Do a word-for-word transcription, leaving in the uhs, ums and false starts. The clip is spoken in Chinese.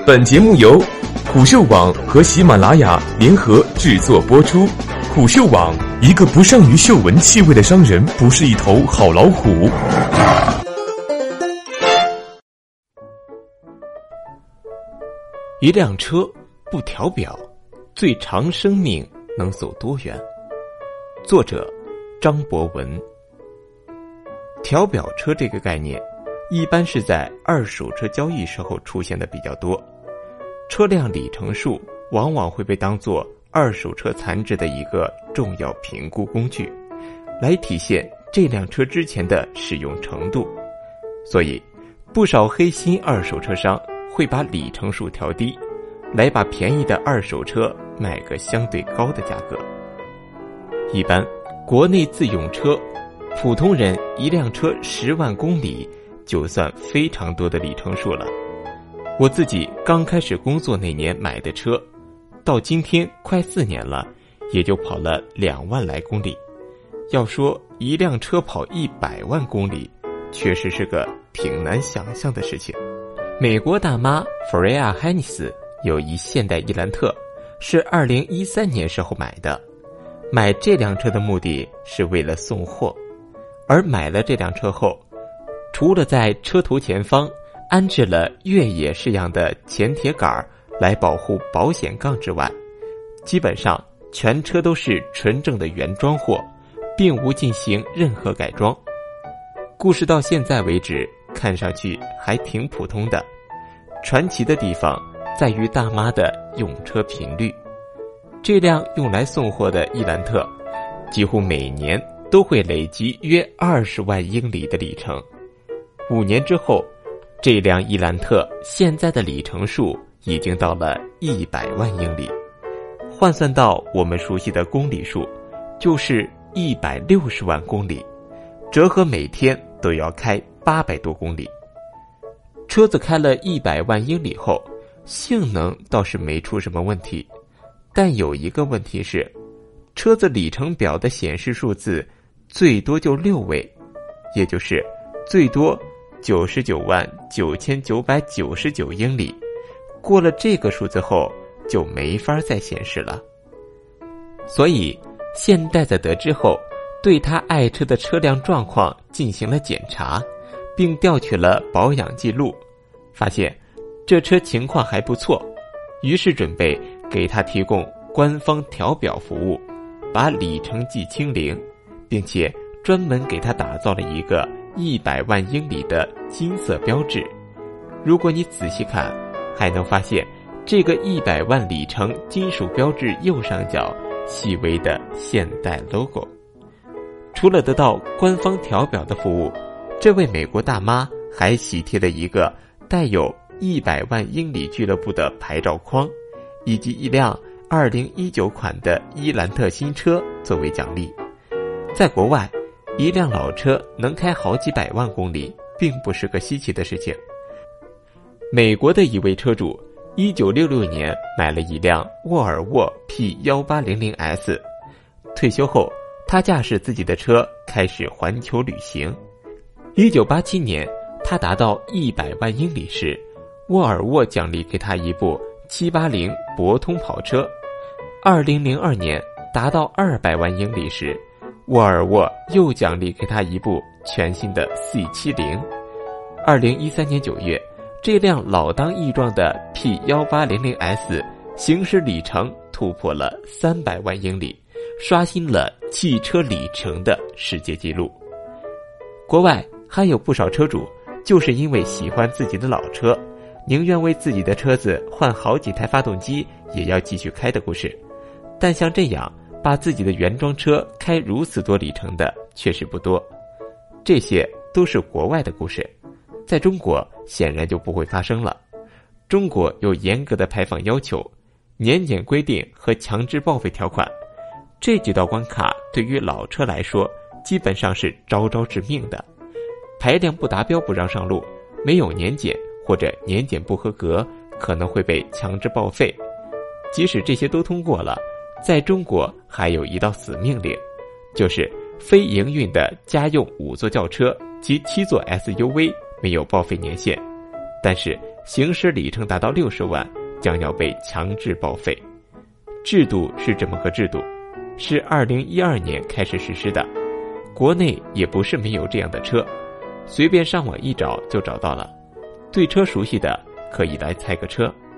本节目由虎嗅网和喜马拉雅联合制作播出。虎嗅网，一个不善于嗅闻气味的商人不是一头好老虎。 一辆车不调表，最长生命能走多远？作者张博文。调表车这个概念一般是在二手车交易时候出现的比较多，车辆里程数往往会被当作二手车残值的一个重要评估工具，来体现这辆车之前的使用程度。所以不少黑心二手车商会把里程数调低，来把便宜的二手车卖个相对高的价格。一般国内自用车，普通人一辆车十万公里就算非常多的里程数了。我自己刚开始工作那年买的车，到今天快四年了，也就跑了两万来公里。要说一辆车跑一百万公里，确实是个挺难想象的事情。美国大妈弗瑞亚·汉尼斯有一现代伊兰特，是二零一三年时候买的。买这辆车的目的是为了送货，而买了这辆车后，除了在车头前方安置了越野式样的前铁杆来保护保险杠之外，基本上全车都是纯正的原装货，并无进行任何改装。故事到现在为止看上去还挺普通的，传奇的地方在于大妈的用车频率。这辆用来送货的伊兰特几乎每年都会累积约二十万英里的里程。五年之后，这辆伊兰特现在的里程数已经到了一百万英里，换算到我们熟悉的公里数，就是一百六十万公里，折合每天都要开八百多公里。车子开了一百万英里后，性能倒是没出什么问题，但有一个问题是，车子里程表的显示数字最多就六位，也就是最多九十九万九千九百九十九英里，过了这个数字后就没法再显示了。所以现代在得知后，对他爱车的车辆状况进行了检查，并调取了保养记录，发现这车情况还不错，于是准备给他提供官方调表服务，把里程计清零，并且专门给他打造了一个一百万英里的金色标志。如果你仔细看，还能发现这个一百万里程金属标志右上角细微的现代 logo。 除了得到官方调表的服务，这位美国大妈还喜贴了一个带有一百万英里俱乐部的牌照框，以及一辆二零一九款的伊兰特新车作为奖励。在国外，一辆老车能开好几百万公里并不是个稀奇的事情。美国的一位车主一九六六年买了一辆沃尔沃 P一八零零 S， 退休后他驾驶自己的车开始环球旅行。一九八七年他达到一百万英里时，沃尔沃奖励给他一部七八零博通跑车。二零零二年达到二百万英里时，沃尔沃又奖励给他一部全新的 C 七零。二零一三年九月，这辆老当益壮的 P一八零零 S 行驶里程突破了三百万英里，刷新了汽车里程的世界纪录。国外还有不少车主就是因为喜欢自己的老车，宁愿为自己的车子换好几台发动机也要继续开的故事。但像这样把自己的原装车开如此多里程的确实不多，这些都是国外的故事，在中国显然就不会发生了。中国有严格的排放要求、年检规定和强制报废条款，这几道关卡对于老车来说基本上是招招致命的。排量不达标不让上路，没有年检或者年检不合格，可能会被强制报废。即使这些都通过了，在中国还有一道死命令，就是非营运的家用五座轿车及七座 S U V 没有报废年限，但是行驶里程达到六十万，将要被强制报废。制度是这么个制度，是二零一二年开始实施的，国内也不是没有这样的车，随便上网一找就找到了。对车熟悉的可以来猜个车，